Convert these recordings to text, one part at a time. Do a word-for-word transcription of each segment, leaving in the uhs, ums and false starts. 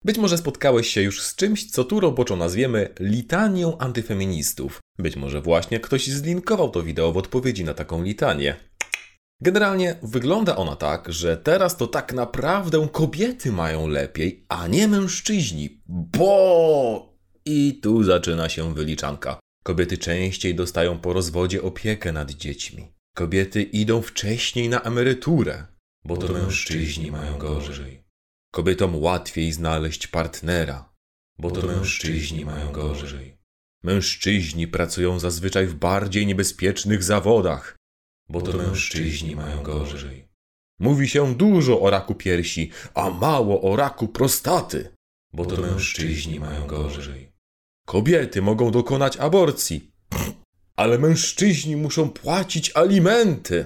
Być może spotkałeś się już z czymś, co tu roboczo nazwiemy litanią antyfeministów. Być może właśnie ktoś zlinkował to wideo w odpowiedzi na taką litanię. Generalnie wygląda ona tak, że teraz to tak naprawdę kobiety mają lepiej, a nie mężczyźni, bo... I tu zaczyna się wyliczanka. Kobiety częściej dostają po rozwodzie opiekę nad dziećmi. Kobiety idą wcześniej na emeryturę, bo to mężczyźni mają gorzej. Kobietom łatwiej znaleźć partnera, bo to mężczyźni mają gorzej. Mężczyźni pracują zazwyczaj w bardziej niebezpiecznych zawodach, bo to mężczyźni mają gorzej. Mówi się dużo o raku piersi, a mało o raku prostaty, bo to mężczyźni mają gorzej. Kobiety mogą dokonać aborcji, ale mężczyźni muszą płacić alimenty,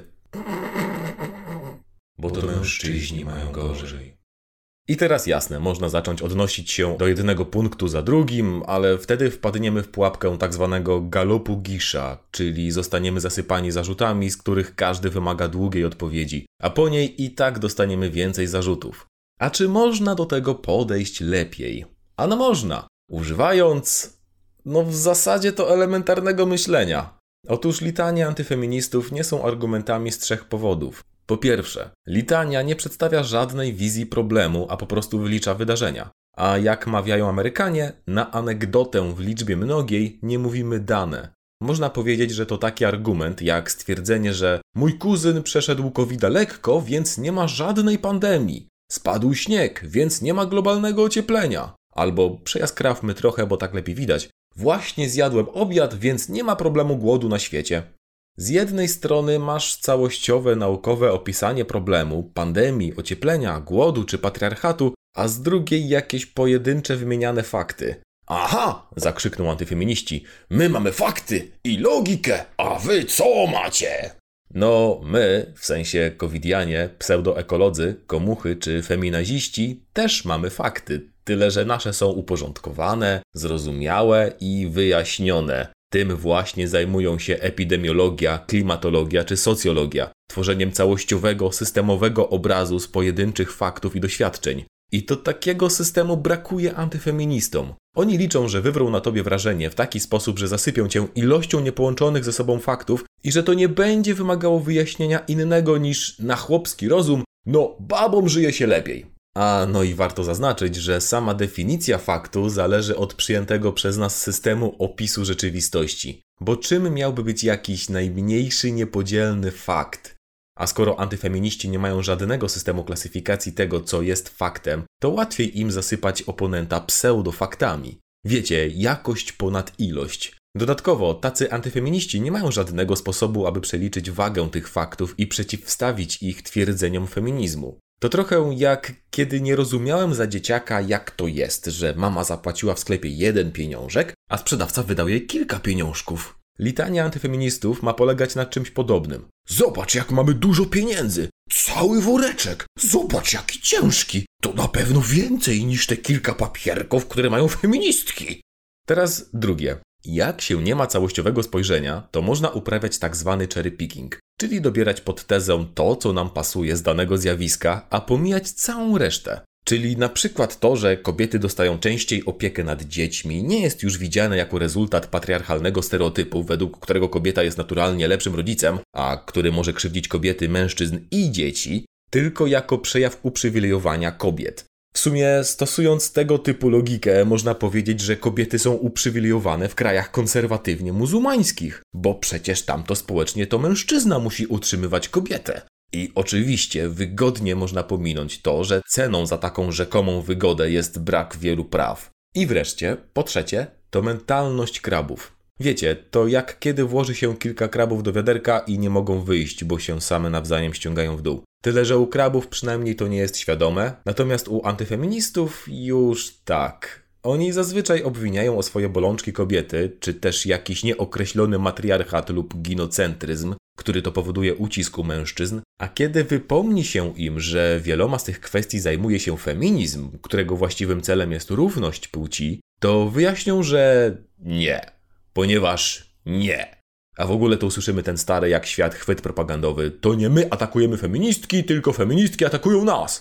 bo to mężczyźni mają gorzej. I teraz jasne, można zacząć odnosić się do jednego punktu za drugim, ale wtedy wpadniemy w pułapkę tak zwanego galopu Gisza, czyli zostaniemy zasypani zarzutami, z których każdy wymaga długiej odpowiedzi, a po niej i tak dostaniemy więcej zarzutów. A czy można do tego podejść lepiej? A no można, używając, no w zasadzie to elementarnego myślenia. Otóż litanie antyfeministów nie są argumentami z trzech powodów. Po pierwsze, litania nie przedstawia żadnej wizji problemu, a po prostu wylicza wydarzenia. A jak mawiają Amerykanie, na anegdotę w liczbie mnogiej nie mówimy dane. Można powiedzieć, że to taki argument jak stwierdzenie, że mój kuzyn przeszedł kowida lekko, więc nie ma żadnej pandemii. Spadł śnieg, więc nie ma globalnego ocieplenia. Albo przejaskrawmy trochę, bo tak lepiej widać. Właśnie zjadłem obiad, więc nie ma problemu głodu na świecie. Z jednej strony masz całościowe naukowe opisanie problemu, pandemii, ocieplenia, głodu czy patriarchatu, a z drugiej jakieś pojedyncze wymieniane fakty. Aha! Zakrzykną antyfeminiści. My mamy fakty i logikę, a wy co macie? No, my, w sensie covidianie, pseudoekolodzy, komuchy czy feminaziści, też mamy fakty. Tyle, że nasze są uporządkowane, zrozumiałe i wyjaśnione. Tym właśnie zajmują się epidemiologia, klimatologia czy socjologia. Tworzeniem całościowego, systemowego obrazu z pojedynczych faktów i doświadczeń. I to takiego systemu brakuje antyfeministom. Oni liczą, że wywrą na tobie wrażenie w taki sposób, że zasypią cię ilością niepołączonych ze sobą faktów i że to nie będzie wymagało wyjaśnienia innego niż na chłopski rozum, no babom żyje się lepiej. A no i warto zaznaczyć, że sama definicja faktu zależy od przyjętego przez nas systemu opisu rzeczywistości. Bo czym miałby być jakiś najmniejszy niepodzielny fakt? A skoro antyfeminiści nie mają żadnego systemu klasyfikacji tego, co jest faktem, to łatwiej im zasypać oponenta pseudofaktami. Wiecie, jakość ponad ilość. Dodatkowo, tacy antyfeminiści nie mają żadnego sposobu, aby przeliczyć wagę tych faktów i przeciwstawić ich twierdzeniom feminizmu. To trochę jak kiedy nie rozumiałem za dzieciaka, jak to jest, że mama zapłaciła w sklepie jeden pieniążek, a sprzedawca wydał jej kilka pieniążków. Litania antyfeministów ma polegać na czymś podobnym. Zobacz, jak mamy dużo pieniędzy! Cały woreczek! Zobacz, jaki ciężki! To na pewno więcej niż te kilka papierków, które mają feministki! Teraz drugie. Jak się nie ma całościowego spojrzenia, to można uprawiać tak zwany cherry picking, czyli dobierać pod tezę to, co nam pasuje z danego zjawiska, a pomijać całą resztę. Czyli na przykład to, że kobiety dostają częściej opiekę nad dziećmi, nie jest już widziane jako rezultat patriarchalnego stereotypu, według którego kobieta jest naturalnie lepszym rodzicem, a który może krzywdzić kobiety, mężczyzn i dzieci, tylko jako przejaw uprzywilejowania kobiet. W sumie, stosując tego typu logikę, można powiedzieć, że kobiety są uprzywilejowane w krajach konserwatywnie muzułmańskich, bo przecież tamto społecznie to mężczyzna musi utrzymywać kobietę. I oczywiście wygodnie można pominąć to, że ceną za taką rzekomą wygodę jest brak wielu praw. I wreszcie, po trzecie, to mentalność krabów. Wiecie, to jak kiedy włoży się kilka krabów do wiaderka i nie mogą wyjść, bo się same nawzajem ściągają w dół. Tyle, że u krabów przynajmniej to nie jest świadome, natomiast u antyfeministów już tak. Oni zazwyczaj obwiniają o swoje bolączki kobiety, czy też jakiś nieokreślony matriarchat lub ginocentryzm, który to powoduje ucisk u mężczyzn, a kiedy wypomni się im, że wieloma z tych kwestii zajmuje się feminizm, którego właściwym celem jest równość płci, to wyjaśnią, że nie, ponieważ nie. A w ogóle to usłyszymy ten stary jak świat chwyt propagandowy. To nie my atakujemy feministki, tylko feministki atakują nas.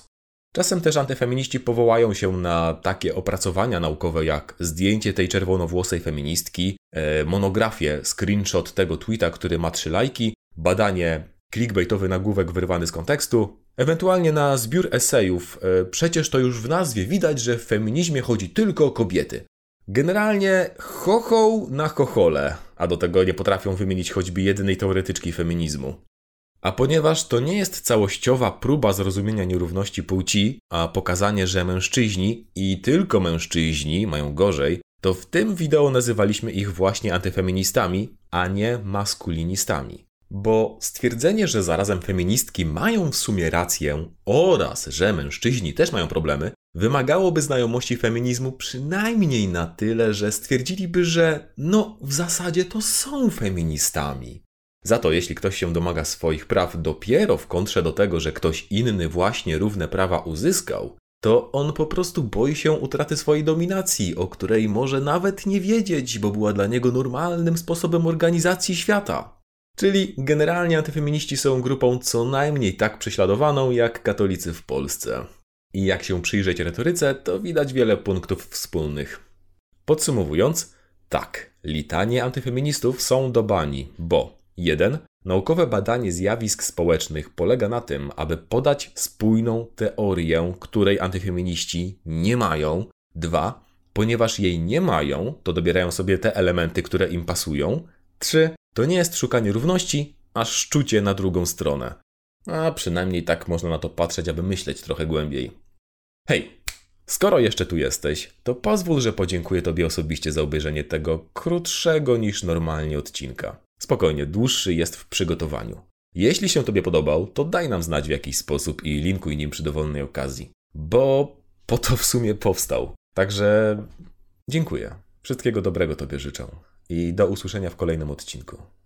Czasem też antyfeminiści powołają się na takie opracowania naukowe jak zdjęcie tej czerwonowłosej feministki, e, monografię, screenshot tego tweeta, który ma trzy lajki, badanie, clickbaitowy nagłówek wyrwany z kontekstu, ewentualnie na zbiór esejów. E, przecież to już w nazwie widać, że w feminizmie chodzi tylko o kobiety. Generalnie chochoł na chochole, a do tego nie potrafią wymienić choćby jednej teoretyczki feminizmu. A ponieważ to nie jest całościowa próba zrozumienia nierówności płci, a pokazanie, że mężczyźni i tylko mężczyźni mają gorzej, to w tym wideo nazywaliśmy ich właśnie antyfeministami, a nie maskulinistami. Bo stwierdzenie, że zarazem feministki mają w sumie rację oraz, że mężczyźni też mają problemy, wymagałoby znajomości feminizmu przynajmniej na tyle, że stwierdziliby, że no w zasadzie to są feministami. Za to jeśli ktoś się domaga swoich praw dopiero w kontrze do tego, że ktoś inny właśnie równe prawa uzyskał, to on po prostu boi się utraty swojej dominacji, o której może nawet nie wiedzieć, bo była dla niego normalnym sposobem organizacji świata. Czyli generalnie antyfeminiści są grupą co najmniej tak prześladowaną jak katolicy w Polsce. I jak się przyjrzeć retoryce, to widać wiele punktów wspólnych. Podsumowując, tak, litanie antyfeministów są do bani, bo jeden. Naukowe badanie zjawisk społecznych polega na tym, aby podać spójną teorię, której antyfeminiści nie mają. dwa. Ponieważ jej nie mają, to dobierają sobie te elementy, które im pasują. trzy. To nie jest szukanie równości, a szczucie na drugą stronę. A przynajmniej tak można na to patrzeć, aby myśleć trochę głębiej. Hej, skoro jeszcze tu jesteś, to pozwól, że podziękuję Tobie osobiście za obejrzenie tego krótszego niż normalnie odcinka. Spokojnie, dłuższy jest w przygotowaniu. Jeśli się Tobie podobał, to daj nam znać w jakiś sposób i linkuj nim przy dowolnej okazji. Bo po to w sumie powstał. Także dziękuję. Wszystkiego dobrego Tobie życzę. I do usłyszenia w kolejnym odcinku.